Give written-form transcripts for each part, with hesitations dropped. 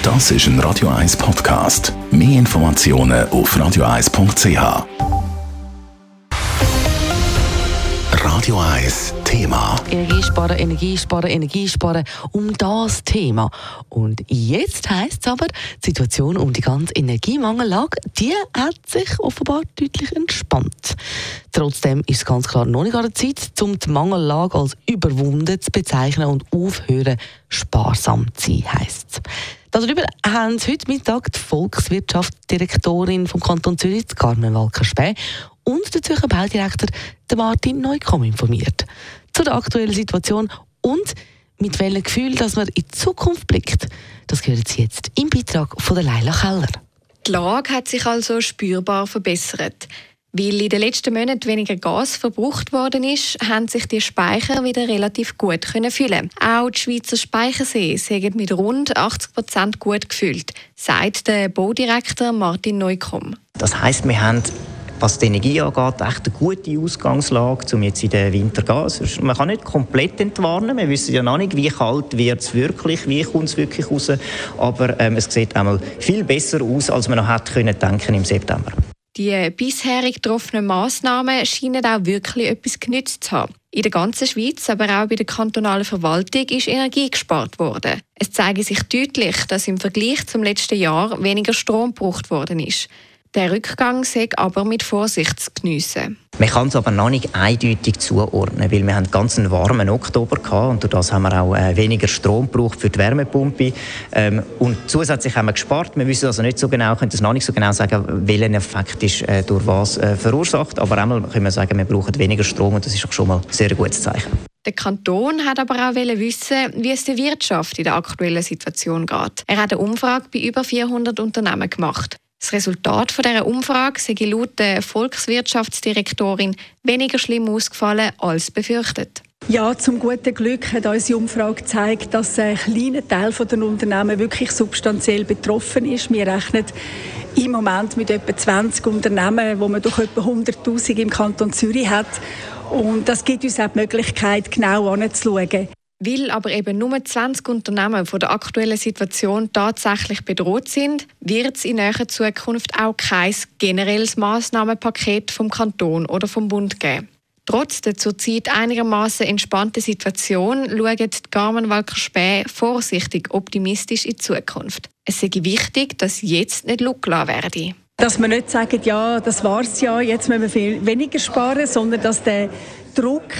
Das ist ein Radio 1 Podcast. Mehr Informationen auf radio1.ch. Radio 1 Thema. Energiesparen, Energiesparen, Energiesparen. Um das Thema. Und jetzt heisst es aber, die Situation um die ganze Energiemangellage, die hat sich offenbar deutlich entspannt. Trotzdem ist es ganz klar noch nicht an der Zeit, um die Mangellage als überwunden zu bezeichnen und aufhören, sparsam zu sein, heisst es. Darüber haben Sie heute Mittag die Volkswirtschaftsdirektorin vom Kanton Zürich, Carmen Walker-Späh, und der Zürcher Baudirektor Martin Neukomm informiert. Zu der aktuellen Situation und mit welchem Gefühl, dass man in die Zukunft blickt. Das hören Sie jetzt im Beitrag von der Leila Keller. Die Lage hat sich also spürbar verbessert. Weil in den letzten Monaten weniger Gas verbraucht worden ist, haben sich die Speicher wieder relativ gut füllen. Auch die Schweizer Speichersee sind mit rund 80% gut gefüllt, sagt der Baudirektor Martin Neukomm. Das heisst, wir haben, was die Energie angeht, echt eine gute Ausgangslage, um jetzt in den Winter zu gehen. Man kann nicht komplett entwarnen. Wir wissen ja noch nicht, wie kalt wird es wirklich, wie kommt es wirklich raus. Aber es sieht einmal viel besser aus, als man noch hätte denken im September. Die bisherig getroffenen Massnahmen scheinen auch wirklich etwas genützt zu haben. In der ganzen Schweiz, aber auch bei der kantonalen Verwaltung ist Energie gespart worden. Es zeigt sich deutlich, dass im Vergleich zum letzten Jahr weniger Strom gebraucht worden ist. Der Rückgang sei aber mit Vorsicht zu geniessen. Man kann es aber noch nicht eindeutig zuordnen, weil wir einen ganz warmen Oktober hatten und durch das haben wir auch weniger Strom gebraucht für die Wärmepumpe. Und zusätzlich haben wir gespart. Wir wissen also nicht so genau, können es noch nicht so genau sagen, welcher Effekt ist durch was verursacht. Aber einmal können wir sagen, wir brauchen weniger Strom und das ist auch schon mal ein sehr gutes Zeichen. Der Kanton hat aber auch wissen, wie es der Wirtschaft in der aktuellen Situation geht. Er hat eine Umfrage bei über 400 Unternehmen gemacht. Das Resultat dieser Umfrage sei laut der Volkswirtschaftsdirektorin weniger schlimm ausgefallen als befürchtet. Ja, zum guten Glück hat unsere Umfrage gezeigt, dass ein kleiner Teil der Unternehmen wirklich substanziell betroffen ist. Wir rechnen im Moment mit etwa 20 Unternehmen, wo man doch etwa 100'000 im Kanton Zürich hat. Und das gibt uns auch die Möglichkeit, genau anzuschauen. Weil aber eben nur 20 Unternehmen von der aktuellen Situation tatsächlich bedroht sind, wird es in näherer Zukunft auch kein generelles Massnahmenpaket vom Kanton oder vom Bund geben. Trotz der zurzeit einigermaßen entspannten Situation schaut Carmen Walker-Späh vorsichtig optimistisch in die Zukunft. Es sei wichtig, dass jetzt nicht losgelassen werde. Dass wir nicht sagen, ja, das war's ja, jetzt müssen wir viel weniger sparen, sondern dass der Druck,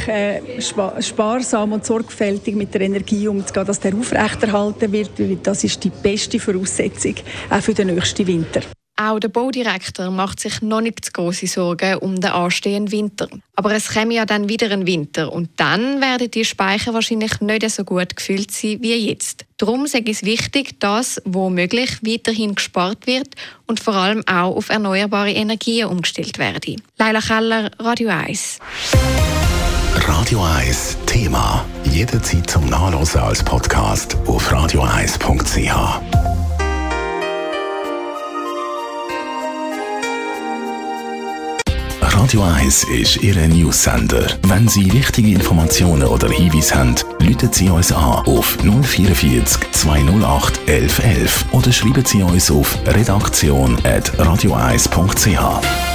sparsam und sorgfältig mit der Energie umzugehen, dass der aufrechterhalten wird, weil das ist die beste Voraussetzung auch für den nächsten Winter. Auch der Baudirektor macht sich noch nicht zu grosse Sorgen um den anstehenden Winter. Aber es käme ja dann wieder ein Winter und dann werden die Speicher wahrscheinlich nicht so gut gefüllt sein wie jetzt. Darum ist es wichtig, dass, wo möglich, weiterhin gespart wird und vor allem auch auf erneuerbare Energien umgestellt werde. Leila Keller, Radio 1. Radio 1 Thema. Jederzeit zum Nachlesen als Podcast auf radio1.ch. Radio 1 ist Ihr News-Sender. Wenn Sie wichtige Informationen oder Hinweise haben, rufen Sie uns an auf 044 208 1111 oder schreiben Sie uns auf redaktion@radio1.ch.